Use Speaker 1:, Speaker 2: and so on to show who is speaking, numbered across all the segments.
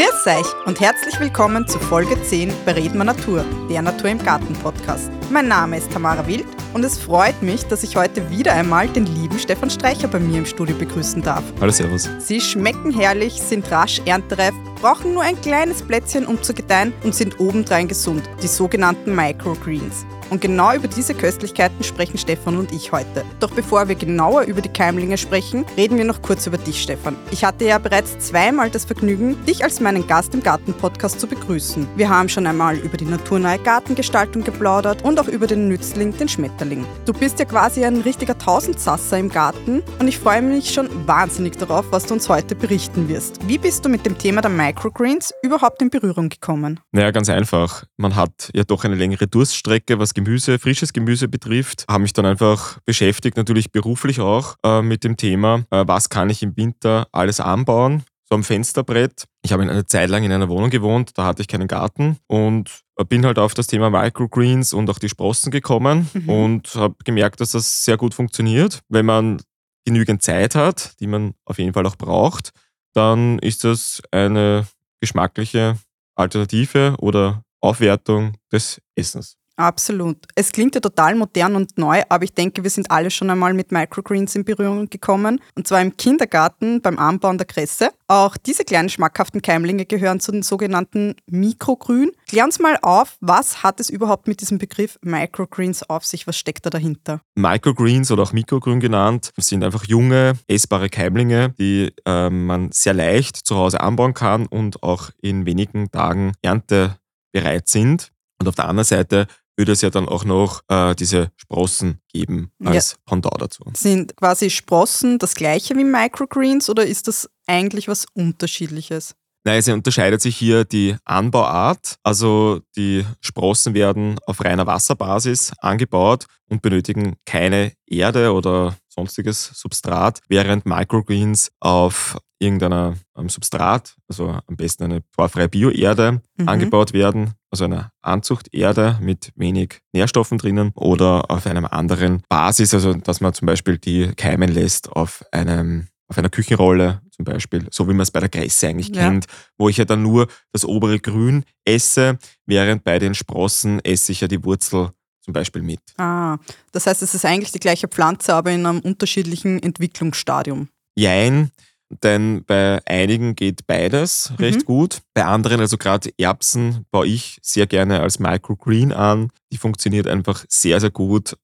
Speaker 1: Grüß euch und herzlich willkommen zu Folge 10 bei Reden wir Natur, der Natur im Garten Podcast. Mein Name ist Tamara Wild und es freut mich, dass ich heute wieder einmal den lieben Stefan Streicher bei mir im Studio begrüßen darf.
Speaker 2: Hallo, servus.
Speaker 1: Sie schmecken herrlich, sind rasch erntereif, brauchen nur ein kleines Plätzchen, um zu gedeihen und sind obendrein gesund, die sogenannten Microgreens. Und genau über diese Köstlichkeiten sprechen Stefan und ich heute. Doch bevor wir genauer über die Keimlinge sprechen, reden wir noch kurz über dich, Stefan. Ich hatte ja bereits zweimal das Vergnügen, dich als meinen Gast im Garten-Podcast zu begrüßen. Wir haben schon einmal über die naturnahe Gartengestaltung geplaudert und auch über den Nützling, den Schmetterling. Du bist ja quasi ein richtiger Tausendsasser im Garten und ich freue mich schon wahnsinnig darauf, was du uns heute berichten wirst. Wie bist du mit dem Thema der Microgreens überhaupt in Berührung gekommen?
Speaker 2: Naja, ganz einfach. Man hat ja doch eine längere Durststrecke, was frisches Gemüse betrifft. Habe mich dann einfach beschäftigt, natürlich beruflich auch, mit dem Thema, was kann ich im Winter alles anbauen, so am Fensterbrett. Ich habe eine Zeit lang in einer Wohnung gewohnt, da hatte ich keinen Garten und bin halt auf das Thema Microgreens und auch die Sprossen gekommen und habe gemerkt, dass das sehr gut funktioniert. Wenn man genügend Zeit hat, die man auf jeden Fall auch braucht, dann ist das eine geschmackliche Alternative oder Aufwertung des Essens.
Speaker 1: Absolut. Es klingt ja total modern und neu, aber ich denke, wir sind alle schon einmal mit Microgreens in Berührung gekommen. Und zwar im Kindergarten beim Anbauen der Kresse. Auch diese kleinen schmackhaften Keimlinge gehören zu den sogenannten Mikrogrün. Klär uns mal auf, was hat es überhaupt mit diesem Begriff Microgreens auf sich? Was steckt da dahinter?
Speaker 2: Microgreens oder auch Mikrogrün genannt sind einfach junge, essbare Keimlinge, die man sehr leicht zu Hause anbauen kann und auch in wenigen Tagen erntebereit sind. Und auf der anderen Seite würde es ja dann auch noch diese Sprossen geben als Pendant dazu.
Speaker 1: Sind quasi Sprossen das gleiche wie Microgreens oder ist das eigentlich was Unterschiedliches?
Speaker 2: Nein, es unterscheidet sich hier die Anbauart. Also die Sprossen werden auf reiner Wasserbasis angebaut und benötigen keine Erde oder sonstiges Substrat, während Microgreens auf irgendeiner Substrat, also am besten eine torfreie Bioerde, angebaut werden, also eine Anzuchterde mit wenig Nährstoffen drinnen oder auf einem anderen Basis, also dass man zum Beispiel die keimen lässt auf einer Küchenrolle zum Beispiel, so wie man es bei der Kresse eigentlich kennt, wo ich ja dann nur das obere Grün esse, während bei den Sprossen esse ich ja die Wurzel zum Beispiel mit.
Speaker 1: Ah, das heißt, es ist eigentlich die gleiche Pflanze, aber in einem unterschiedlichen Entwicklungsstadium.
Speaker 2: Jein, denn bei einigen geht beides recht gut. Bei anderen, also gerade Erbsen, baue ich sehr gerne als Microgreen an. Die funktioniert einfach sehr, sehr gut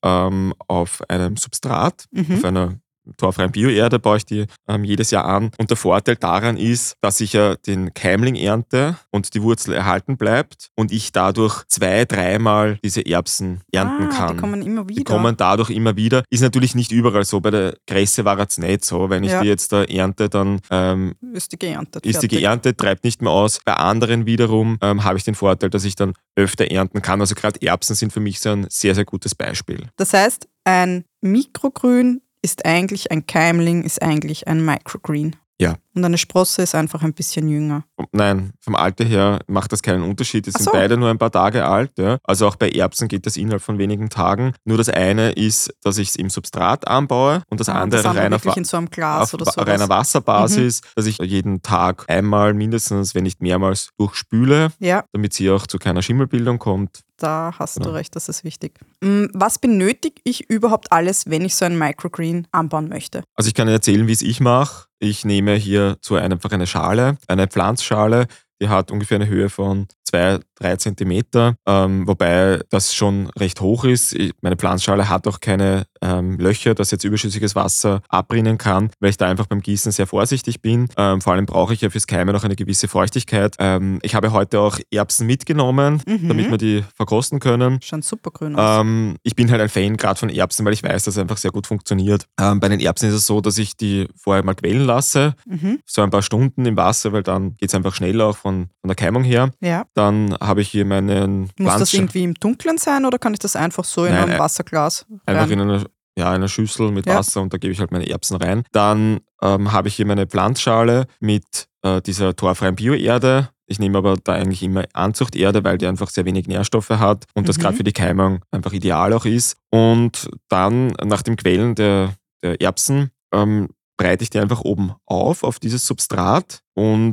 Speaker 2: auf einem Substrat, auf einer torfreien Bioerde baue ich die jedes Jahr an. Und der Vorteil daran ist, dass ich ja den Keimling ernte und die Wurzel erhalten bleibt und ich dadurch 2-3 Mal diese Erbsen ernten kann.
Speaker 1: Die kommen immer wieder.
Speaker 2: Die kommen dadurch immer wieder. Ist natürlich nicht überall so. Bei der Kresse war es nicht so. Wenn ich die jetzt da ernte, dann
Speaker 1: ist die geerntet.
Speaker 2: Ist die geerntet, treibt nicht mehr aus. Bei anderen wiederum habe ich den Vorteil, dass ich dann öfter ernten kann. Also gerade Erbsen sind für mich so ein sehr, sehr gutes Beispiel.
Speaker 1: Das heißt, ein Mikrogrün ist eigentlich ein Keimling, ist eigentlich ein Microgreen.
Speaker 2: Ja.
Speaker 1: Und eine Sprosse ist einfach ein bisschen jünger.
Speaker 2: Nein, vom Alter her macht das keinen Unterschied. Die sind beide nur ein paar Tage alt. Ja. Also auch bei Erbsen geht das innerhalb von wenigen Tagen. Nur das eine ist, dass ich es im Substrat anbaue und das andere
Speaker 1: in so einem Glas oder so.
Speaker 2: Reiner Wasserbasis, dass ich jeden Tag einmal mindestens, wenn nicht mehrmals, durchspüle, damit sie auch zu keiner Schimmelbildung kommt.
Speaker 1: Da hast du recht, das ist wichtig. Was benötige ich überhaupt alles, wenn ich so ein Microgreen anbauen möchte?
Speaker 2: Also ich kann dir erzählen, wie es ich mache. Ich nehme hierzu einfach eine Schale, eine Pflanzschale, die hat ungefähr eine Höhe von 2-3 Zentimeter, wobei das schon recht hoch ist. Meine Pflanzschale hat auch keine Löcher, dass jetzt überschüssiges Wasser abrinnen kann, weil ich da einfach beim Gießen sehr vorsichtig bin. Vor allem brauche ich ja fürs Keimen noch eine gewisse Feuchtigkeit. Ich habe heute auch Erbsen mitgenommen, damit wir die verkosten können.
Speaker 1: Schaut super grün aus.
Speaker 2: Ich bin halt ein Fan gerade von Erbsen, weil ich weiß, dass es einfach sehr gut funktioniert. Bei den Erbsen ist es so, dass ich die vorher mal quellen lasse, so ein paar Stunden im Wasser, weil dann geht es einfach schneller auch von der Keimung her.
Speaker 1: Ja.
Speaker 2: Dann habe ich hier meinen
Speaker 1: Muss das irgendwie im Dunkeln sein oder kann ich das einfach so in einem Wasserglas rein?
Speaker 2: Einfach in einer Schüssel mit Wasser und da gebe ich halt meine Erbsen rein. Dann habe ich hier meine Pflanzschale mit dieser torfreien Bioerde. Ich nehme aber da eigentlich immer Anzuchterde, weil die einfach sehr wenig Nährstoffe hat und das gerade für die Keimung einfach ideal auch ist. Und dann nach dem Quellen der Erbsen breite ich die einfach oben auf dieses Substrat und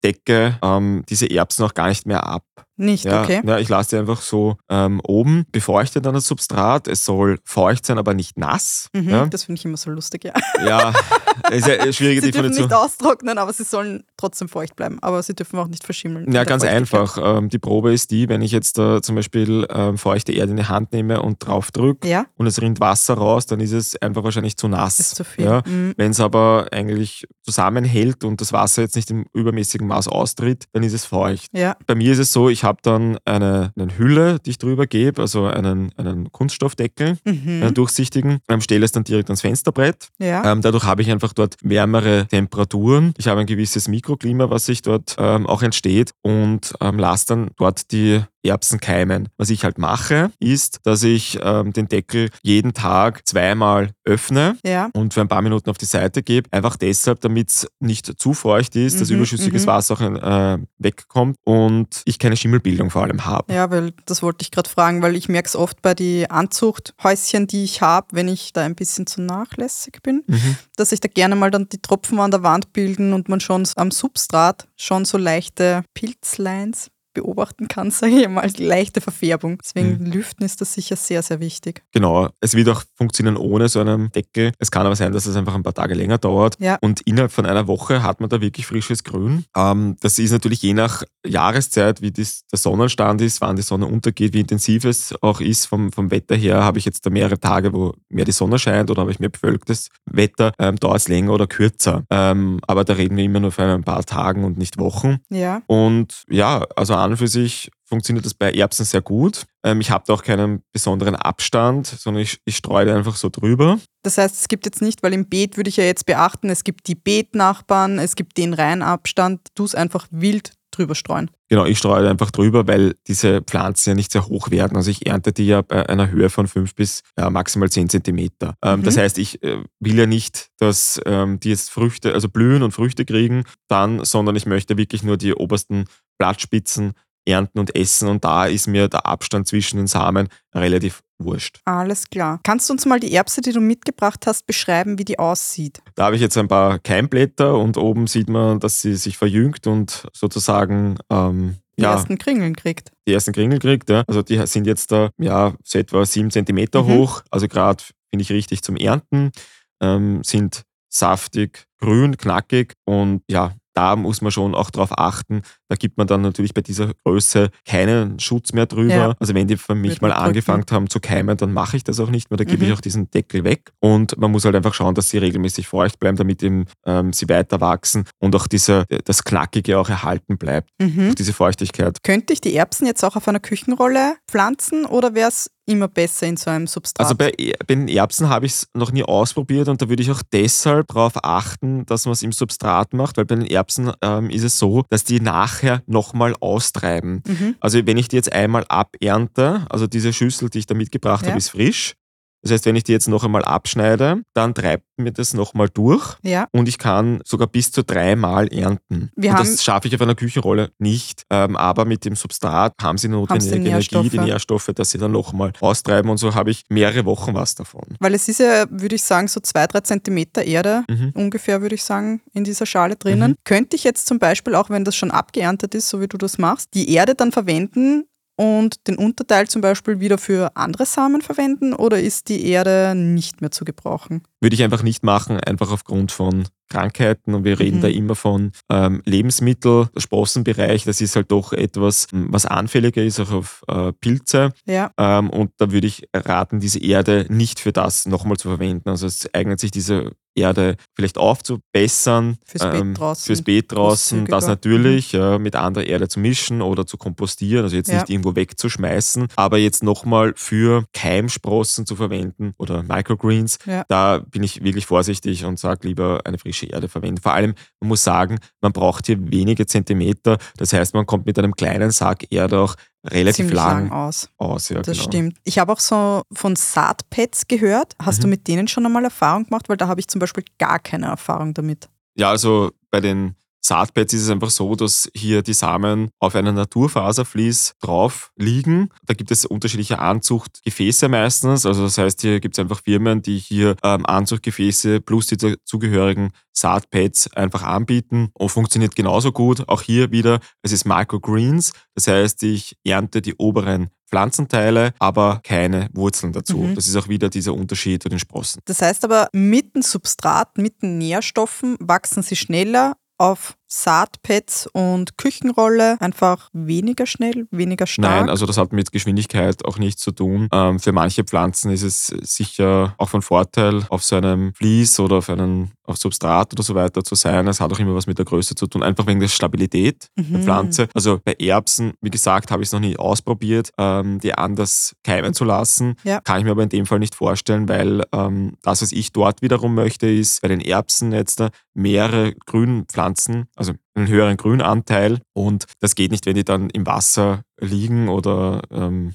Speaker 2: decke diese Erbsen auch gar nicht mehr ab.
Speaker 1: Nicht,
Speaker 2: Ja,
Speaker 1: okay.
Speaker 2: ja, ich lasse die einfach so oben, befeuchte dann das Substrat. Es soll feucht sein, aber nicht nass. Ja,
Speaker 1: Das finde ich immer so lustig, ja.
Speaker 2: ja, ist ja eine schwierige
Speaker 1: Sie dürfen
Speaker 2: Definition.
Speaker 1: nicht austrocknen, aber sie sollen trotzdem feucht bleiben. Aber sie dürfen auch nicht verschimmeln.
Speaker 2: Ja,
Speaker 1: mit der
Speaker 2: ganz
Speaker 1: Feuchtigkeit.
Speaker 2: einfach. Die Probe ist die, wenn ich jetzt zum Beispiel feuchte Erde in die Hand nehme und drauf drücke
Speaker 1: Ja,
Speaker 2: und es rinnt Wasser raus, dann ist es einfach wahrscheinlich zu nass.
Speaker 1: ist zu viel.
Speaker 2: Ja. Wenn es aber eigentlich zusammenhält und das Wasser jetzt nicht im übermäßigen Maß austritt, dann ist es feucht.
Speaker 1: Ja,
Speaker 2: Bei mir ist es so, ich habe dann eine Hülle, die ich drüber gebe, also einen Kunststoffdeckel, einen durchsichtigen, stelle es dann direkt ans Fensterbrett.
Speaker 1: ja.
Speaker 2: Dadurch habe ich einfach dort wärmere Temperaturen. Ich habe ein gewisses Mikroklima, was sich dort auch entsteht und lasse dann dort die Erbsen keimen. Was ich halt mache, ist, dass ich den Deckel jeden Tag zweimal öffne
Speaker 1: Ja.
Speaker 2: und für ein paar Minuten auf die Seite gebe. Einfach deshalb, damit es nicht zu feucht ist, dass überschüssiges Wasser auch wegkommt und ich keine Schimmelbildung vor allem habe.
Speaker 1: Ja, weil das wollte ich gerade fragen, weil ich merke es oft bei den Anzuchthäuschen, die ich habe, wenn ich da ein bisschen zu nachlässig bin, dass sich da gerne mal dann die Tropfen an der Wand bilden und man schon am Substrat schon so leichte Pilzlines beobachten kann, sage ich mal, die leichte Verfärbung. Deswegen Lüften ist das sicher sehr, sehr wichtig.
Speaker 2: Genau, es wird auch funktionieren ohne so einen Deckel. Es kann aber sein, dass es einfach ein paar Tage länger dauert.
Speaker 1: Ja.
Speaker 2: Und innerhalb von einer Woche hat man da wirklich frisches Grün. Das ist natürlich je nach Jahreszeit, wie der Sonnenstand ist, wann die Sonne untergeht, wie intensiv es auch ist. Vom Wetter her habe ich jetzt da mehrere Tage, wo mehr die Sonne scheint oder habe ich mehr bewölktes Wetter, dauert es länger oder kürzer. Aber da reden wir immer nur von ein paar Tagen und nicht Wochen.
Speaker 1: Ja.
Speaker 2: Und ja, also an und für sich funktioniert das bei Erbsen sehr gut. Ich habe da auch keinen besonderen Abstand, sondern ich streue da einfach so drüber.
Speaker 1: Das heißt, es gibt jetzt nicht, weil im Beet würde ich ja jetzt beachten, es gibt die Beetnachbarn, es gibt den Reihenabstand, du es einfach wild drüber streuen.
Speaker 2: Genau, ich streue da einfach drüber, weil diese Pflanzen ja nicht sehr hoch werden. Also ich ernte die ja bei einer Höhe von 5 bis maximal 10 Zentimeter. Das heißt, ich will ja nicht, dass die jetzt Früchte, also blühen und Früchte kriegen dann, sondern ich möchte wirklich nur die obersten Blattspitzen ernten und essen und da ist mir der Abstand zwischen den Samen relativ wurscht.
Speaker 1: Alles klar. Kannst du uns mal die Erbse, die du mitgebracht hast, beschreiben, wie die aussieht?
Speaker 2: Da habe ich jetzt ein paar Keimblätter und oben sieht man, dass sie sich verjüngt und sozusagen
Speaker 1: Die ersten Kringeln kriegt.
Speaker 2: die ersten Kringel kriegt. Ja. Also die sind jetzt da so etwa 7 Zentimeter hoch, also gerade finde ich richtig zum Ernten, sind saftig, grün, knackig und ja, da muss man schon auch drauf achten. Da gibt man dann natürlich bei dieser Größe keinen Schutz mehr drüber.
Speaker 1: Ja.
Speaker 2: Also wenn die für mich
Speaker 1: Wird
Speaker 2: mal
Speaker 1: man drücken.
Speaker 2: angefangen haben zu keimen, dann mache ich das auch nicht mehr. Da gebe ich auch diesen Deckel weg. Und man muss halt einfach schauen, dass sie regelmäßig feucht bleiben, damit eben sie weiter wachsen und auch das Knackige auch erhalten bleibt. Durch diese Feuchtigkeit.
Speaker 1: Könnte ich die Erbsen jetzt auch auf einer Küchenrolle pflanzen oder wäre es immer besser in so einem Substrat?
Speaker 2: Also bei den Erbsen habe ich es noch nie ausprobiert und da würde ich auch deshalb darauf achten, dass man es im Substrat macht, weil bei den Erbsen ist es so, dass die nachher nochmal austreiben. Also wenn ich die jetzt einmal abernte, also diese Schüssel, die ich da mitgebracht habe, ist frisch. Das heißt, wenn ich die jetzt noch einmal abschneide, dann treibt mir das nochmal durch
Speaker 1: Ja.
Speaker 2: und ich kann sogar bis zu 3 Mal ernten.
Speaker 1: Wir
Speaker 2: und
Speaker 1: haben-
Speaker 2: das schaffe ich auf einer Küchenrolle nicht. Aber mit dem Substrat haben sie notwendige Energie, die Nährstoffe, dass sie dann nochmal austreiben und so habe ich mehrere Wochen was davon.
Speaker 1: Weil es ist ja, würde ich sagen, so 2-3 Zentimeter Erde ungefähr, würde ich sagen, in dieser Schale drinnen. Könnte ich jetzt zum Beispiel, auch wenn das schon abgeerntet ist, so wie du das machst, die Erde dann verwenden und den Unterteil zum Beispiel wieder für andere Samen verwenden oder ist die Erde nicht mehr zu gebrauchen?
Speaker 2: Würde ich einfach nicht machen, einfach aufgrund von Krankheiten und wir reden da immer von Lebensmittel, der Sprossenbereich, das ist halt doch etwas, was anfälliger ist auch auf Pilze
Speaker 1: Ja.
Speaker 2: und da würde ich raten, diese Erde nicht für das nochmal zu verwenden. Also es eignet sich diese Erde vielleicht aufzubessern.
Speaker 1: Fürs Beet draußen.
Speaker 2: Fürs Beet draußen,
Speaker 1: Großzügiger.
Speaker 2: das natürlich mit anderer Erde zu mischen oder zu kompostieren, also jetzt nicht irgendwo wegzuschmeißen, aber jetzt nochmal für Keimsprossen zu verwenden oder Microgreens, da bin ich wirklich vorsichtig und sage lieber eine frische Erde verwenden. Vor allem, man muss sagen, man braucht hier wenige Zentimeter, das heißt, man kommt mit einem kleinen Sack Erde auch relativ
Speaker 1: Ziemlich
Speaker 2: lang
Speaker 1: aus.
Speaker 2: Ja,
Speaker 1: Das
Speaker 2: genau.
Speaker 1: stimmt. Ich habe auch so von Saatpads gehört. Hast du mit denen schon einmal Erfahrung gemacht? Weil da habe ich zum Beispiel gar keine Erfahrung damit.
Speaker 2: Ja, also bei den Saatpads ist es einfach so, dass hier die Samen auf einer Naturfaservlies drauf liegen. Da gibt es unterschiedliche Anzuchtgefäße meistens. Also das heißt, hier gibt es einfach Firmen, die hier Anzuchtgefäße plus die dazugehörigen Saatpads einfach anbieten und funktioniert genauso gut. Auch hier wieder, es ist Microgreens. Das heißt, ich ernte die oberen Pflanzenteile, aber keine Wurzeln dazu. Das ist auch wieder dieser Unterschied zu den Sprossen.
Speaker 1: Das heißt aber, mit dem Substrat, mit den Nährstoffen wachsen sie schneller, auf Saatpads und Küchenrolle einfach weniger schnell, weniger stark?
Speaker 2: Nein, also das hat mit Geschwindigkeit auch nichts zu tun. Für manche Pflanzen ist es sicher auch von Vorteil, auf so einem Vlies oder auf Substrat oder so weiter zu sein. Es hat auch immer was mit der Größe zu tun, einfach wegen der Stabilität der Pflanze. Also bei Erbsen, wie gesagt, habe ich es noch nie ausprobiert, die anders keimen zu lassen.
Speaker 1: Ja.
Speaker 2: Kann ich mir aber in dem Fall nicht vorstellen, weil das, was ich dort wiederum möchte, ist bei den Erbsen jetzt mehrere Grünpflanzen, also einen höheren Grünanteil, und das geht nicht, wenn die dann im Wasser liegen oder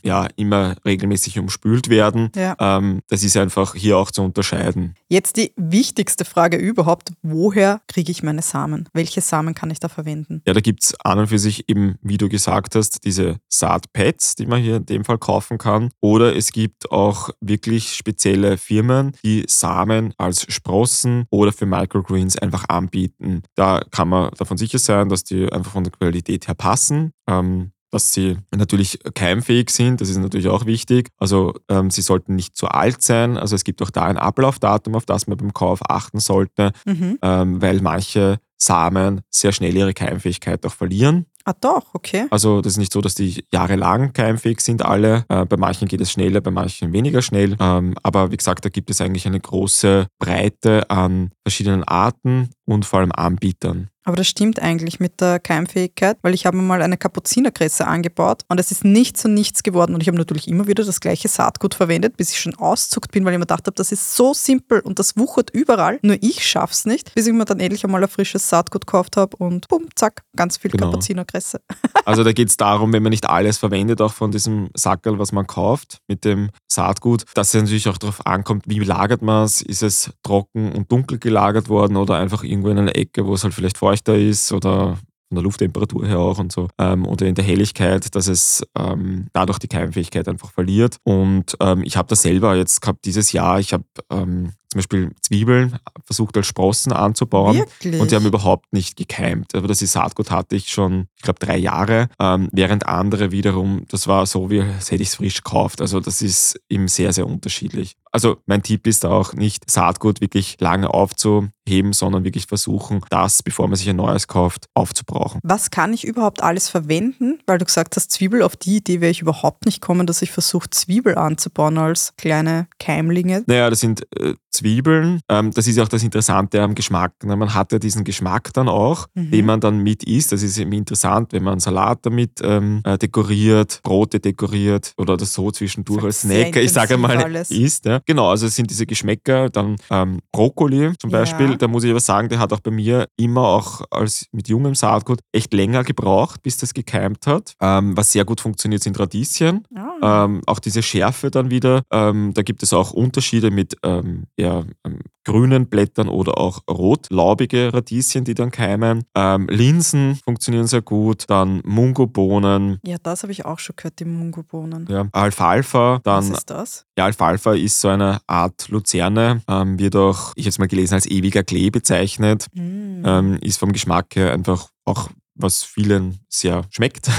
Speaker 2: immer regelmäßig umspült werden.
Speaker 1: Ja.
Speaker 2: Das ist einfach hier auch zu unterscheiden.
Speaker 1: Jetzt die wichtigste Frage überhaupt: Woher kriege ich meine Samen? Welche Samen kann ich da verwenden?
Speaker 2: Ja, da gibt es an und für sich eben, wie du gesagt hast, diese Saatpads, die man hier in dem Fall kaufen kann. Oder es gibt auch wirklich spezielle Firmen, die Samen als Sprossen oder für Microgreens einfach anbieten. Da kann man davon sicher sein, dass die einfach von der Qualität her passen. Dass sie natürlich keimfähig sind, das ist natürlich auch wichtig. Also sie sollten nicht zu alt sein. Also es gibt auch da ein Ablaufdatum, auf das man beim Kauf achten sollte, weil manche Samen sehr schnell ihre Keimfähigkeit auch verlieren.
Speaker 1: Ah doch, okay.
Speaker 2: Also das ist nicht so, dass die jahrelang keimfähig sind, alle. Bei manchen geht es schneller, bei manchen weniger schnell. Aber wie gesagt, da gibt es eigentlich eine große Breite an verschiedenen Arten und vor allem Anbietern.
Speaker 1: Aber das stimmt eigentlich mit der Keimfähigkeit, weil ich habe mal eine Kapuzinerkresse angebaut und es ist nichts und nichts geworden. Und ich habe natürlich immer wieder das gleiche Saatgut verwendet, bis ich schon auszuckt bin, weil ich mir gedacht habe, das ist so simpel und das wuchert überall. Nur ich schaff's nicht, bis ich mir dann endlich einmal ein frisches Saatgut gekauft habe und bumm, zack, ganz viel Kapuzinerkresse.
Speaker 2: Also da geht es darum, wenn man nicht alles verwendet, auch von diesem Sackerl, was man kauft mit dem Saatgut, dass es natürlich auch darauf ankommt, wie lagert man es. Ist es trocken und dunkel gelagert worden oder einfach irgendwo in einer Ecke, wo es halt vielleicht feuchter ist oder von der Lufttemperatur her auch und so, oder in der Helligkeit, dass es dadurch die Keimfähigkeit einfach verliert. Und ich habe das selber jetzt gehabt dieses Jahr, ich habe zum Beispiel Zwiebeln versucht als Sprossen anzubauen.
Speaker 1: Wirklich?
Speaker 2: Und die haben überhaupt nicht gekeimt. Aber das Saatgut hatte ich schon, ich glaube, 3 Jahre, während andere wiederum, das war so, wie als hätte ich es frisch gekauft. Also das ist eben sehr, sehr unterschiedlich. Also mein Tipp ist auch nicht, Saatgut wirklich lange aufzuheben, sondern wirklich versuchen, das, bevor man sich ein neues kauft, aufzubrauchen.
Speaker 1: Was kann ich überhaupt alles verwenden? Weil du gesagt hast, Zwiebel, auf die Idee wäre ich überhaupt nicht kommen, dass ich versuche, Zwiebel anzubauen als kleine Keimlinge.
Speaker 2: Naja, das sind Zwiebeln. Das ist ja auch das Interessante am Geschmack. Man hat ja diesen Geschmack dann auch, den man dann mit isst. Das ist eben interessant, wenn man einen Salat damit dekoriert, Brote dekoriert oder das so zwischendurch als Snack, ich sage mal, isst. Ja. Genau, also es sind diese Geschmäcker. Dann Brokkoli zum Beispiel, da muss ich aber sagen, der hat auch bei mir immer auch als mit jungem Saatgut echt länger gebraucht, bis das gekeimt hat. Was sehr gut funktioniert, sind Radieschen. Auch diese Schärfe dann wieder. Da gibt es auch Unterschiede mit grünen Blättern oder auch rotlaubige Radieschen, die dann keimen. Linsen funktionieren sehr gut. Dann Mungobohnen.
Speaker 1: Ja, das habe ich auch schon gehört, die Mungobohnen.
Speaker 2: Ja, Alfalfa. Dann,
Speaker 1: was ist das?
Speaker 2: Ja, Alfalfa ist so eine Art Luzerne, wird auch, ich habe es mal gelesen, als ewiger Klee bezeichnet. Ist vom Geschmack her einfach auch, was vielen sehr schmeckt.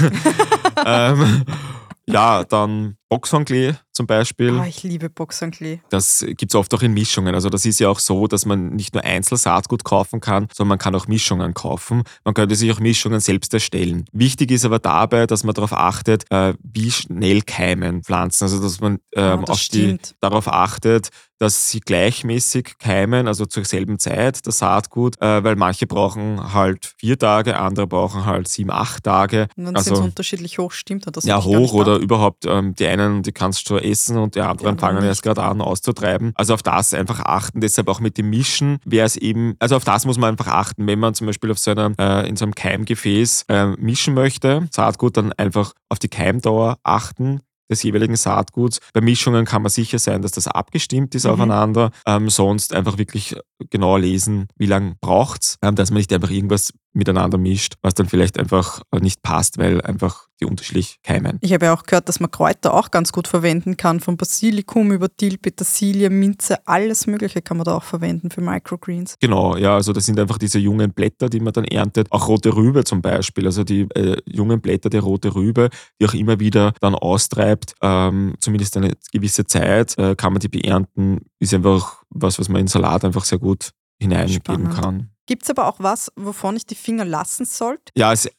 Speaker 2: Ja, dann Boxhornklee zum Beispiel.
Speaker 1: Ich liebe Boxhornklee.
Speaker 2: Das gibt es oft auch in Mischungen. Also das ist ja auch so, dass man nicht nur Einzelsaatgut kaufen kann, sondern man kann auch Mischungen kaufen. Man könnte sich auch Mischungen selbst erstellen. Wichtig ist aber dabei, dass man darauf achtet, wie schnell keimen Pflanzen. Also dass man darauf achtet, dass sie gleichmäßig keimen, also zur selben Zeit, das Saatgut, weil manche brauchen halt 4 Tage, andere brauchen halt 7, 8 Tage.
Speaker 1: Und dann sind es unterschiedlich hoch, stimmt das?
Speaker 2: Ja, hoch oder überhaupt die einen, die kannst du essen und die anderen fangen erst gerade an auszutreiben. Also auf das einfach achten, deshalb auch mit dem Mischen wäre es eben, also auf das muss man einfach achten, wenn man zum Beispiel auf in so einem Keimgefäß mischen möchte, Saatgut, dann einfach auf die Keimdauer achten des jeweiligen Saatguts. Bei Mischungen kann man sicher sein, dass das abgestimmt ist aufeinander. Sonst einfach wirklich genau lesen, wie lange braucht es, dass man nicht einfach irgendwas miteinander mischt, was dann vielleicht einfach nicht passt, weil einfach die unterschiedlich keimen.
Speaker 1: Ich habe ja auch gehört, dass man Kräuter auch ganz gut verwenden kann, von Basilikum über Dill, Petersilie, Minze, alles Mögliche kann man da auch verwenden für Microgreens.
Speaker 2: Genau, ja, also das sind einfach diese jungen Blätter, die man dann erntet. Auch rote Rübe zum Beispiel, also die jungen Blätter der rote Rübe, die auch immer wieder dann austreibt, zumindest eine gewisse Zeit, kann man die beernten, ist einfach was man in Salat einfach sehr gut hineingeben kann.
Speaker 1: Gibt es aber auch was, wovon ich die Finger lassen sollte?
Speaker 2: Ja, es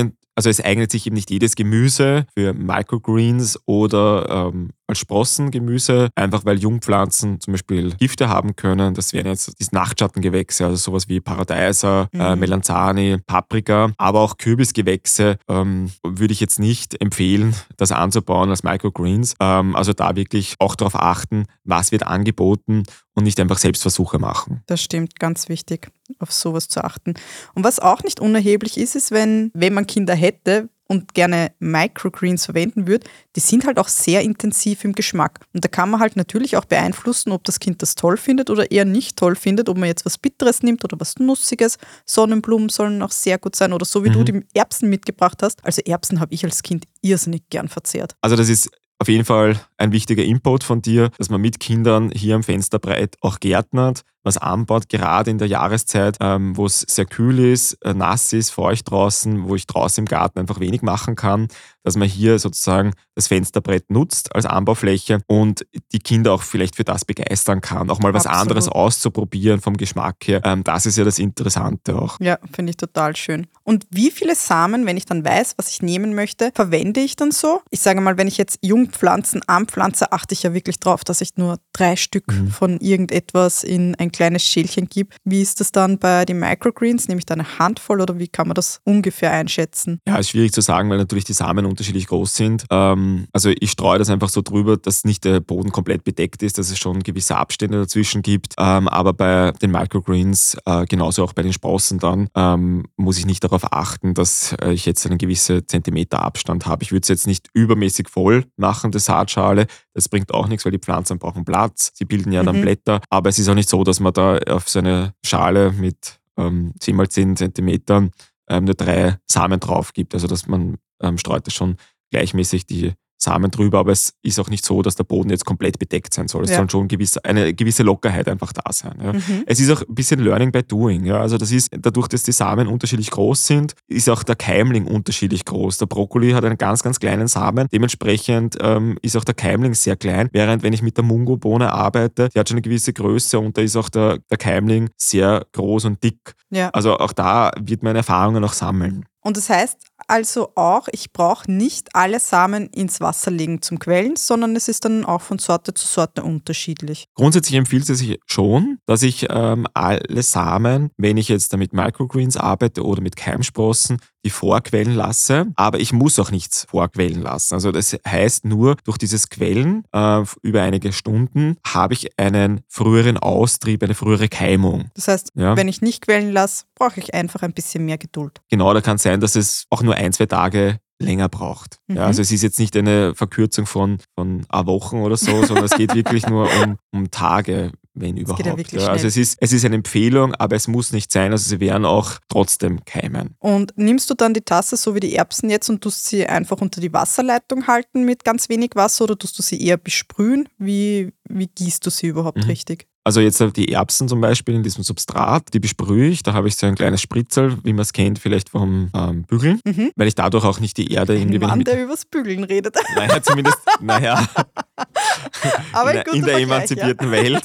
Speaker 2: eignet sich eben nicht jedes Gemüse für Microgreens oder als Sprossengemüse, einfach weil Jungpflanzen zum Beispiel Gifte haben können. Das wären jetzt die Nachtschattengewächse, also sowas wie Paradeiser, Melanzani, Paprika, aber auch Kürbisgewächse würde ich jetzt nicht empfehlen, das anzubauen als Microgreens. Also da wirklich auch darauf achten, was wird angeboten und nicht einfach Selbstversuche machen.
Speaker 1: Das stimmt, ganz wichtig, auf sowas zu achten. Und was auch nicht unerheblich ist, wenn man Kinder hätte und gerne Microgreens verwenden würde, die sind halt auch sehr intensiv im Geschmack. Und da kann man halt natürlich auch beeinflussen, ob das Kind das toll findet oder eher nicht toll findet, ob man jetzt was Bitteres nimmt oder was Nussiges. Sonnenblumen sollen auch sehr gut sein oder so wie du die Erbsen mitgebracht hast. Also Erbsen habe ich als Kind irrsinnig gern verzehrt.
Speaker 2: Also das ist auf jeden Fall ein wichtiger Input von dir, dass man mit Kindern hier am Fensterbreit auch gärtnert, was anbaut, gerade in der Jahreszeit, wo es sehr kühl ist, nass ist, feucht draußen, wo ich draußen im Garten einfach wenig machen kann, dass man hier sozusagen das Fensterbrett nutzt als Anbaufläche und die Kinder auch vielleicht für das begeistern kann, auch mal was anderes auszuprobieren vom Geschmack her. Das ist ja das Interessante auch.
Speaker 1: Ja, finde ich total schön. Und wie viele Samen, wenn ich dann weiß, was ich nehmen möchte, verwende ich dann so? Ich sage mal, wenn ich jetzt Jungpflanzen anpflanze, achte ich ja wirklich drauf, dass ich nur 3 Stück von irgendetwas in ein kleines Schälchen gebe. Wie ist das dann bei den Microgreens? Nehme ich da eine Handvoll oder wie kann man das ungefähr einschätzen?
Speaker 2: Ja, ist schwierig zu sagen, weil natürlich die Samen unterschiedlich groß sind. Also ich streue das einfach so drüber, dass nicht der Boden komplett bedeckt ist, dass es schon gewisse Abstände dazwischen gibt. Aber bei den Microgreens, genauso auch bei den Sprossen dann, muss ich nicht darauf achten, dass ich jetzt einen gewissen Zentimeter Abstand habe. Ich würde es jetzt nicht übermäßig voll machen, die Saatschale. Das bringt auch nichts, weil die Pflanzen brauchen Platz. Sie bilden ja dann Blätter. Aber es ist auch nicht so, dass man da auf so eine Schale mit 10 x 10 Zentimetern nur 3 Samen drauf gibt. Also dass man streut das schon gleichmäßig die Samen drüber, aber es ist auch nicht so, dass der Boden jetzt komplett bedeckt sein soll. Es soll schon eine gewisse Lockerheit einfach da sein. Ja. Es ist auch ein bisschen Learning by Doing. Ja. Also das ist, dadurch, dass die Samen unterschiedlich groß sind, ist auch der Keimling unterschiedlich groß. Der Brokkoli hat einen ganz, ganz kleinen Samen. Dementsprechend ist auch der Keimling sehr klein, während wenn ich mit der Mungobohne arbeite, die hat schon eine gewisse Größe und da ist auch der Keimling sehr groß und dick. Ja. Also auch da wird man Erfahrungen noch sammeln.
Speaker 1: Und das heißt also auch, ich brauche nicht alle Samen ins Wasser legen zum Quellen, sondern es ist dann auch von Sorte zu Sorte unterschiedlich.
Speaker 2: Grundsätzlich empfiehlt es sich schon, dass ich alle Samen, wenn ich jetzt mit Microgreens arbeite oder mit Keimsprossen, die vorquellen lasse. Aber ich muss auch nichts vorquellen lassen. Also das heißt nur, durch dieses Quellen über einige Stunden habe ich einen früheren Austrieb, eine frühere Keimung.
Speaker 1: Das heißt, wenn ich nicht quellen lasse, brauche ich einfach ein bisschen mehr Geduld.
Speaker 2: Genau, da kann es sein, dass es auch nur 1-2 Tage länger braucht. Ja, also es ist jetzt nicht eine Verkürzung von Wochen oder so, sondern es geht wirklich nur um Tage, wenn überhaupt.
Speaker 1: Geht ja wirklich
Speaker 2: schnell. Also es ist eine Empfehlung, aber es muss nicht sein. Also sie werden auch trotzdem keimen.
Speaker 1: Und nimmst du dann die Tasse, so wie die Erbsen jetzt, und tust sie einfach unter die Wasserleitung halten mit ganz wenig Wasser oder tust du sie eher besprühen? Wie gießt du sie überhaupt richtig?
Speaker 2: Also jetzt die Erbsen zum Beispiel in diesem Substrat, die besprühe ich. Da habe ich so ein kleines Spritzel, wie man es kennt, vielleicht vom Bügeln, weil ich dadurch auch nicht die Erde irgendwie...
Speaker 1: Ein Mann, der übers Bügeln redet.
Speaker 2: Naja, zumindest,
Speaker 1: Aber
Speaker 2: in der emanzipierten Welt.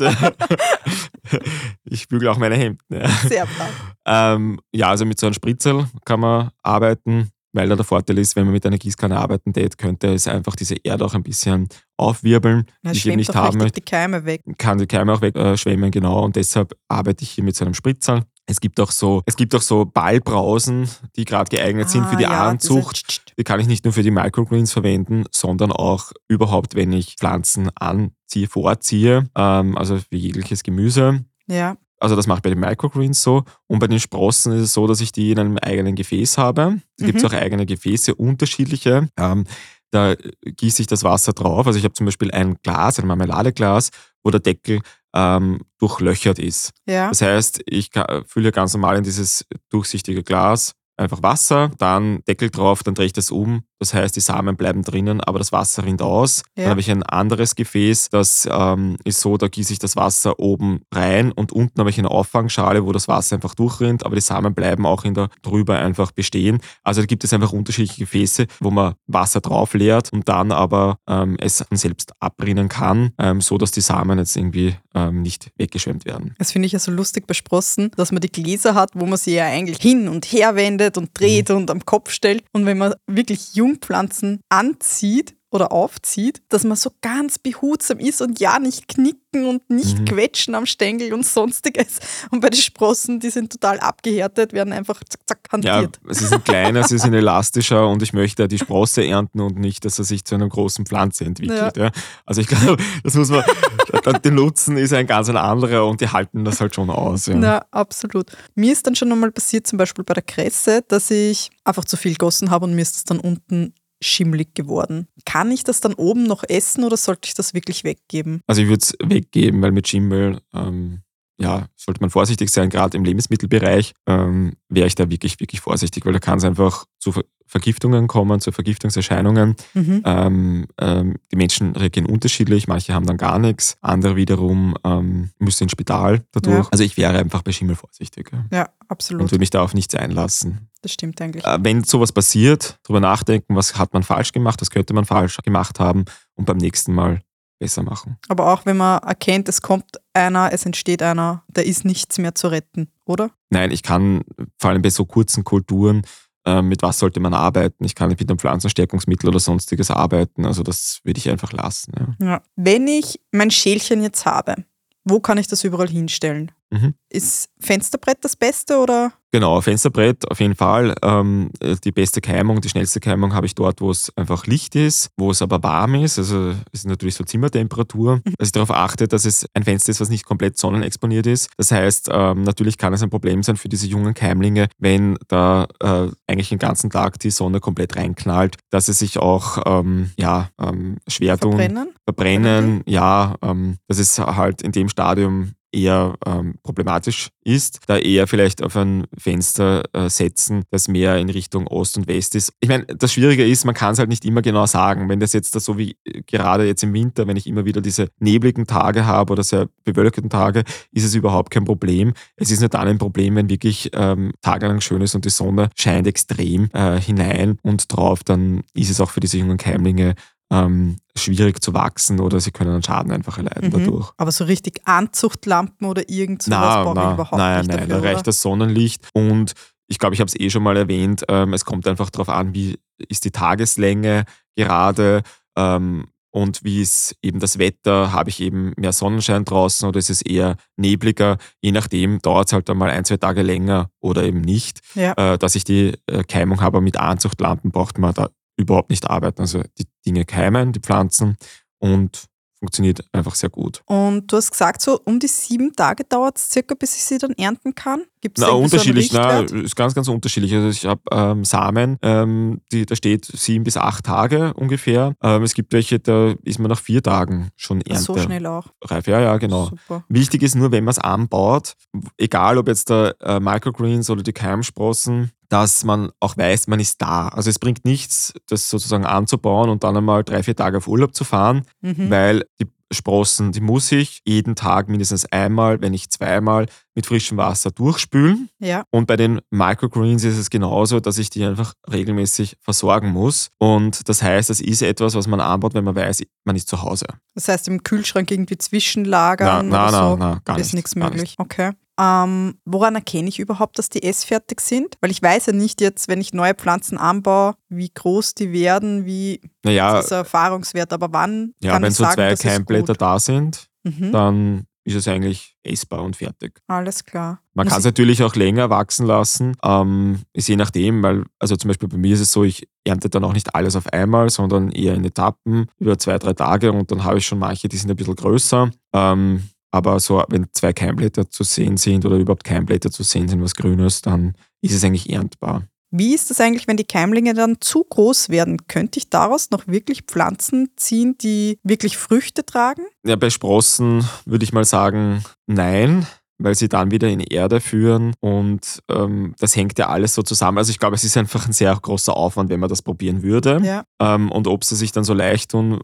Speaker 2: Ich bügele auch meine Hemden. Ja.
Speaker 1: Sehr brav.
Speaker 2: Also mit so einem Spritzel kann man arbeiten. Weil da der Vorteil ist, wenn man mit einer Gießkanne arbeiten tät, könnte es einfach diese Erde auch ein bisschen aufwirbeln, die ich eben nicht haben möchte.
Speaker 1: Die Keime weg.
Speaker 2: Kann die Keime auch wegschwemmen, genau. Und deshalb arbeite ich hier mit so einem Spritzer. Es gibt auch so Ballbrausen, die gerade geeignet sind für die Anzucht. Die kann ich nicht nur für die Microgreens verwenden, sondern auch überhaupt, wenn ich Pflanzen vorziehe, also für jegliches Gemüse.
Speaker 1: Ja.
Speaker 2: Also das mache ich bei den Microgreens so. Und bei den Sprossen ist es so, dass ich die in einem eigenen Gefäß habe. Da gibt es auch eigene Gefäße, unterschiedliche. Da gieße ich das Wasser drauf. Also ich habe zum Beispiel ein Marmeladeglas, wo der Deckel durchlöchert ist.
Speaker 1: Ja.
Speaker 2: Das heißt, ich fülle ganz normal in dieses durchsichtige Glas einfach Wasser, dann Deckel drauf, dann drehe ich das um. Das heißt, die Samen bleiben drinnen, aber das Wasser rinnt aus.
Speaker 1: Ja.
Speaker 2: Dann habe ich ein anderes Gefäß, das ist so, da gieße ich das Wasser oben rein und unten habe ich eine Auffangschale, wo das Wasser einfach durchrinnt, aber die Samen bleiben auch drüber einfach bestehen. Also da gibt es einfach unterschiedliche Gefäße, wo man Wasser drauf leert und dann aber es selbst abrinnen kann, so dass die Samen jetzt irgendwie nicht weggeschwemmt werden.
Speaker 1: Das finde ich ja so lustig bei Sprossen, dass man die Gläser hat, wo man sie ja eigentlich hin und her wendet und dreht und am Kopf stellt. Und wenn man wirklich Jungpflanzen anzieht oder aufzieht, dass man so ganz behutsam ist und ja nicht knicken und nicht quetschen am Stängel und sonstiges. Und bei den Sprossen, die sind total abgehärtet, werden einfach zack, zack hantiert.
Speaker 2: Ja, sie sind kleiner, sie sind elastischer und ich möchte die Sprosse ernten und nicht, dass er sich zu einer großen Pflanze entwickelt. Ja. Also ich glaube, das muss man, der Nutzen ist ein ganz anderer und die halten das halt schon aus. Ja.
Speaker 1: Ja, absolut. Mir ist dann schon einmal passiert, zum Beispiel bei der Kresse, dass ich einfach zu viel gegossen habe und mir ist das dann unten schimmelig geworden. Kann ich das dann oben noch essen oder sollte ich das wirklich weggeben?
Speaker 2: Also ich würde es weggeben, weil mit Schimmel sollte man vorsichtig sein, gerade im Lebensmittelbereich wäre ich da wirklich, wirklich vorsichtig, weil da kann es einfach zu Vergiftungen kommen, zu Vergiftungserscheinungen. Die Menschen reagieren unterschiedlich, manche haben dann gar nichts, andere wiederum müssen ins Spital dadurch.
Speaker 1: Ja.
Speaker 2: Also ich wäre einfach bei Schimmel vorsichtig.
Speaker 1: Ja, absolut.
Speaker 2: Und würde mich da auf nichts einlassen.
Speaker 1: Das stimmt eigentlich.
Speaker 2: Wenn sowas passiert, drüber nachdenken, was hat man falsch gemacht, was könnte man falsch gemacht haben und beim nächsten Mal besser machen.
Speaker 1: Aber auch wenn man erkennt, es kommt einer, es entsteht einer, da ist nichts mehr zu retten, oder?
Speaker 2: Nein, ich kann vor allem bei so kurzen Kulturen, mit was sollte man arbeiten? Ich kann nicht mit einem Pflanzenstärkungsmittel oder sonstiges arbeiten, also das würde ich einfach lassen. Ja.
Speaker 1: Ja. Wenn ich mein Schälchen jetzt habe, wo kann ich das überall hinstellen? Ist Fensterbrett das Beste oder?
Speaker 2: Genau, Fensterbrett auf jeden Fall. Die beste Keimung, die schnellste Keimung habe ich dort, wo es einfach Licht ist, wo es aber warm ist. Also es ist natürlich so Zimmertemperatur. Dass ich darauf achte, dass es ein Fenster ist, was nicht komplett sonnenexponiert ist. Das heißt, natürlich kann es ein Problem sein für diese jungen Keimlinge, wenn da eigentlich den ganzen Tag die Sonne komplett reinknallt, dass sie sich auch schwer tun. Verbrennen, ja. Dass es halt in dem Stadium eher problematisch ist, da eher vielleicht auf ein Fenster setzen, das mehr in Richtung Ost und West ist. Ich meine, das Schwierige ist, man kann es halt nicht immer genau sagen. Wenn das jetzt so wie gerade jetzt im Winter, wenn ich immer wieder diese nebligen Tage habe oder sehr bewölkten Tage, ist es überhaupt kein Problem. Es ist nur dann ein Problem, wenn wirklich tagelang schön ist und die Sonne scheint extrem hinein und drauf, dann ist es auch für diese jungen Keimlinge schwierig zu wachsen oder sie können einen Schaden einfach erleiden dadurch.
Speaker 1: Aber so richtig Anzuchtlampen oder irgend sowas brauche ich überhaupt nicht dafür,
Speaker 2: da reicht das Sonnenlicht und ich glaube, ich habe es schon mal erwähnt, es kommt einfach darauf an, wie ist die Tageslänge gerade und wie ist eben das Wetter, habe ich eben mehr Sonnenschein draußen oder ist es eher nebliger, je nachdem dauert es halt dann mal 1-2 Tage länger oder eben nicht, dass ich die Keimung habe. Aber mit Anzuchtlampen braucht man da überhaupt nicht arbeiten. Also die Dinge keimen, die Pflanzen und funktioniert einfach sehr gut.
Speaker 1: Und du hast gesagt, so um die 7 Tage dauert es circa, bis ich sie dann ernten kann? Gibt es
Speaker 2: unterschiedlich,
Speaker 1: so einen Richtwert?
Speaker 2: ist ganz, ganz unterschiedlich. Also ich habe Samen, da steht 7 bis 8 Tage ungefähr. Es gibt welche, da ist man nach 4 Tagen schon Ernte.
Speaker 1: So schnell auch.
Speaker 2: Reif, ja, genau.
Speaker 1: Super.
Speaker 2: Wichtig ist nur, wenn man es anbaut, egal ob jetzt der Microgreens oder die Keimsprossen, dass man auch weiß, man ist da. Also es bringt nichts, das sozusagen anzubauen und dann einmal 3-4 Tage auf Urlaub zu fahren, weil die Sprossen, die muss ich jeden Tag mindestens einmal, wenn nicht zweimal, mit frischem Wasser durchspülen.
Speaker 1: Ja.
Speaker 2: Und bei den Microgreens ist es genauso, dass ich die einfach regelmäßig versorgen muss. Und das heißt, das ist etwas, was man anbaut, wenn man weiß, man ist zu Hause.
Speaker 1: Das heißt, im Kühlschrank irgendwie zwischenlagern
Speaker 2: Nein,
Speaker 1: so?
Speaker 2: gar nicht.
Speaker 1: Ist nichts
Speaker 2: gar
Speaker 1: möglich.
Speaker 2: nicht.
Speaker 1: Okay. Woran erkenne ich überhaupt, dass die essfertig sind? Weil ich weiß ja nicht jetzt, wenn ich neue Pflanzen anbaue, wie groß die werden, wie das ist ein Erfahrungswert, aber wann kann
Speaker 2: wenn
Speaker 1: ich
Speaker 2: so
Speaker 1: sagen,
Speaker 2: 2
Speaker 1: das ist
Speaker 2: Keimblätter
Speaker 1: gut?
Speaker 2: da sind, dann ist es eigentlich essbar und fertig.
Speaker 1: Alles klar.
Speaker 2: Man kann es natürlich auch länger wachsen lassen, ist je nachdem, weil, also zum Beispiel bei mir ist es so, ich ernte dann auch nicht alles auf einmal, sondern eher in Etappen über 2-3 Tage und dann habe ich schon manche, die sind ein bisschen größer. Aber so, wenn 2 Keimblätter zu sehen sind oder überhaupt Keimblätter zu sehen sind, was Grünes, dann ist es eigentlich erntbar.
Speaker 1: Wie ist das eigentlich, wenn die Keimlinge dann zu groß werden? Könnte ich daraus noch wirklich Pflanzen ziehen, die wirklich Früchte tragen?
Speaker 2: Ja, bei Sprossen würde ich mal sagen, nein, weil sie dann wieder in Erde führen und das hängt ja alles so zusammen. Also ich glaube, es ist einfach ein sehr großer Aufwand, wenn man das probieren würde.
Speaker 1: Ja.
Speaker 2: Und ob sie sich dann so leicht tun,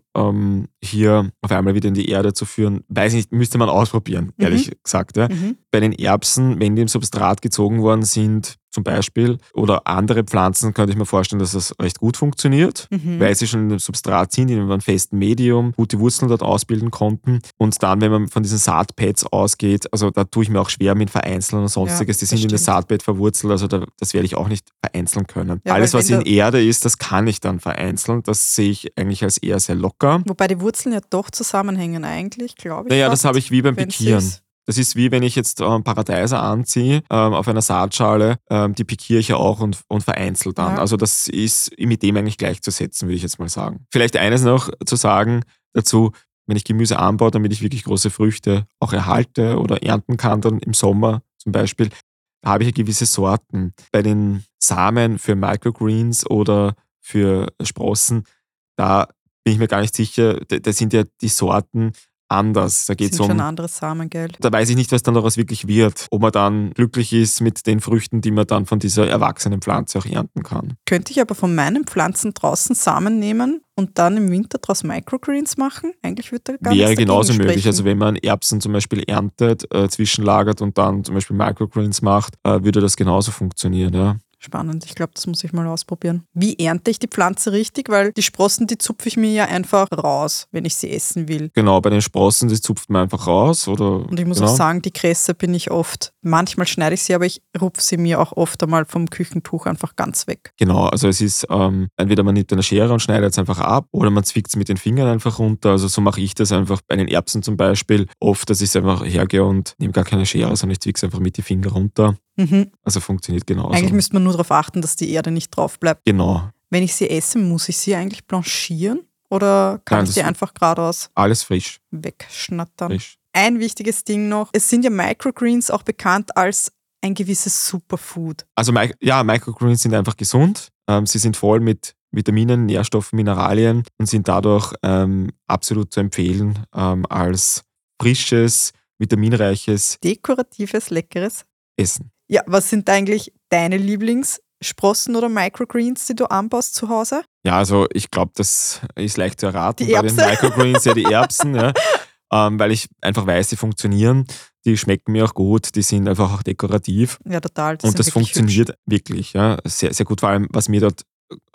Speaker 2: hier auf einmal wieder in die Erde zu führen, weiß ich nicht, müsste man ausprobieren, ehrlich gesagt. Ja. Bei den Erbsen, wenn die im Substrat gezogen worden sind, zum Beispiel, oder andere Pflanzen, könnte ich mir vorstellen, dass das recht gut funktioniert, weil sie schon in dem Substrat sind, in einem festen Medium, gute Wurzeln dort ausbilden konnten. Und dann, wenn man von diesen Saatpads ausgeht, also da tue ich mir auch schwer mit Vereinzeln und Sonstiges, die sind in das Saatbett verwurzelt, also das werde ich auch nicht vereinzeln können. Ja, alles, was in Erde ist, das kann ich dann vereinzeln, das sehe ich eigentlich als eher sehr locker.
Speaker 1: Wobei die Wurzeln ja doch zusammenhängen eigentlich, glaube ich.
Speaker 2: Naja, das habe ich wie beim Pikieren. Das ist wie wenn ich jetzt Paradeiser anziehe auf einer Saatschale, die pikiere ich ja auch und vereinzel dann. Ja. Also das ist mit dem eigentlich gleichzusetzen, würde ich jetzt mal sagen. Vielleicht eines noch zu sagen dazu, wenn ich Gemüse anbaue, damit ich wirklich große Früchte auch erhalte oder ernten kann dann im Sommer zum Beispiel, da habe ich ja gewisse Sorten. Bei den Samen für Microgreens oder für Sprossen, da bin ich mir gar nicht sicher, da sind ja die Sorten anders. Da geht es um
Speaker 1: schon andere Samen, gell?
Speaker 2: Da weiß ich nicht, was dann daraus wirklich wird. Ob man dann glücklich ist mit den Früchten, die man dann von dieser erwachsenen Pflanze auch ernten kann.
Speaker 1: Könnte ich aber von meinen Pflanzen draußen Samen nehmen und dann im Winter daraus Microgreens machen? Eigentlich würde da gar nichts
Speaker 2: wäre genauso
Speaker 1: dagegen
Speaker 2: möglich.
Speaker 1: sprechen.
Speaker 2: Also wenn man Erbsen zum Beispiel erntet, zwischenlagert und dann zum Beispiel Microgreens macht, würde das genauso funktionieren, ja.
Speaker 1: Spannend, ich glaube, das muss ich mal ausprobieren. Wie ernte ich die Pflanze richtig? Weil die Sprossen, die zupfe ich mir ja einfach raus, wenn ich sie essen will.
Speaker 2: Genau, bei den Sprossen, die zupft man einfach raus. Und
Speaker 1: ich muss auch sagen, die Kresse bin ich oft, manchmal schneide ich sie, aber ich rupfe sie mir auch oft einmal vom Küchentuch einfach ganz weg.
Speaker 2: Genau, also es ist, entweder man nimmt eine Schere und schneidet es einfach ab oder man zwickt es mit den Fingern einfach runter. Also so mache ich das einfach bei den Erbsen zum Beispiel oft, dass ich es einfach hergehe und nehme gar keine Schere, sondern ich zwicke es einfach mit den Fingern runter. Also funktioniert genauso.
Speaker 1: Eigentlich müsste man nur darauf achten, dass die Erde nicht drauf bleibt.
Speaker 2: Genau.
Speaker 1: Wenn ich sie esse, muss ich sie eigentlich blanchieren oder kann ich sie einfach geradeaus
Speaker 2: alles frisch
Speaker 1: wegschnattern?
Speaker 2: Frisch.
Speaker 1: Ein wichtiges Ding noch, es sind ja Microgreens auch bekannt als ein gewisses Superfood.
Speaker 2: Also Microgreens sind einfach gesund. Sie sind voll mit Vitaminen, Nährstoffen, Mineralien und sind dadurch absolut zu empfehlen als frisches, vitaminreiches,
Speaker 1: dekoratives, leckeres
Speaker 2: Essen.
Speaker 1: Ja, was sind eigentlich deine Lieblingssprossen oder Microgreens, die du anbaust zu Hause?
Speaker 2: Ja, also ich glaube, das ist leicht zu erraten.
Speaker 1: Die Erbsen.
Speaker 2: Bei den Microgreens, ja die Erbsen, ja. Weil ich einfach weiß, die funktionieren, die schmecken mir auch gut, die sind einfach auch dekorativ.
Speaker 1: Ja, total.
Speaker 2: Und das funktioniert wirklich, ja, sehr, sehr gut. Vor allem, was mir dort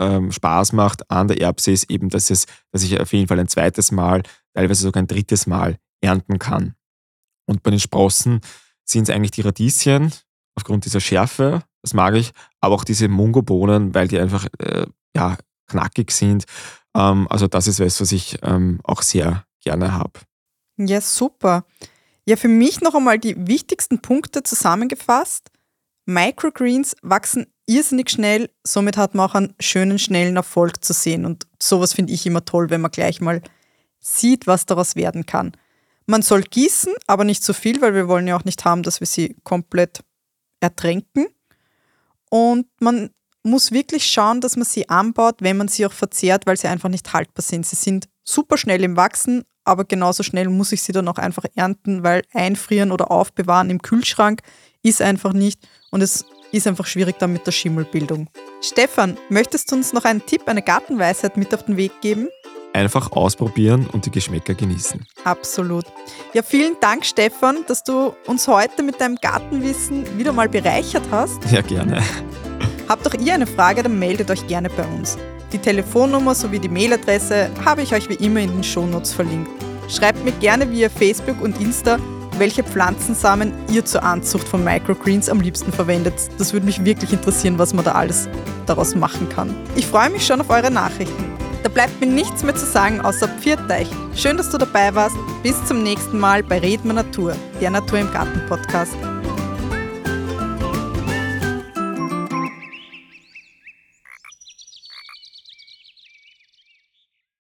Speaker 2: Spaß macht an der Erbse, ist eben, dass ich auf jeden Fall ein zweites Mal, teilweise sogar ein drittes Mal ernten kann. Und bei den Sprossen sind es eigentlich die Radieschen, aufgrund dieser Schärfe, das mag ich, aber auch diese Mungobohnen, weil die einfach knackig sind. Also das ist was ich auch sehr gerne habe.
Speaker 1: Ja, super. Ja, für mich noch einmal die wichtigsten Punkte zusammengefasst. Microgreens wachsen irrsinnig schnell, somit hat man auch einen schönen, schnellen Erfolg zu sehen. Und sowas finde ich immer toll, wenn man gleich mal sieht, was daraus werden kann. Man soll gießen, aber nicht so viel, weil wir wollen ja auch nicht haben, dass wir sie komplett ertränken. Und man muss wirklich schauen, dass man sie anbaut, wenn man sie auch verzehrt, weil sie einfach nicht haltbar sind. Sie sind super schnell im Wachsen, aber genauso schnell muss ich sie dann auch einfach ernten, weil einfrieren oder aufbewahren im Kühlschrank ist einfach nicht und es ist einfach schwierig dann mit der Schimmelbildung. Stefan, möchtest du uns noch einen Tipp, eine Gartenweisheit mit auf den Weg geben?
Speaker 2: Einfach ausprobieren und die Geschmäcker genießen.
Speaker 1: Absolut. Ja, vielen Dank, Stefan, dass du uns heute mit deinem Gartenwissen wieder mal bereichert hast.
Speaker 2: Ja, gerne.
Speaker 1: Habt auch ihr eine Frage, dann meldet euch gerne bei uns. Die Telefonnummer sowie die Mailadresse habe ich euch wie immer in den Shownotes verlinkt. Schreibt mir gerne via Facebook und Insta, welche Pflanzensamen ihr zur Anzucht von Microgreens am liebsten verwendet. Das würde mich wirklich interessieren, was man da alles daraus machen kann. Ich freue mich schon auf eure Nachrichten. Da bleibt mir nichts mehr zu sagen, außer Pfiat euch. Schön, dass du dabei warst. Bis zum nächsten Mal bei Red mir Natur, der Natur im Garten Podcast.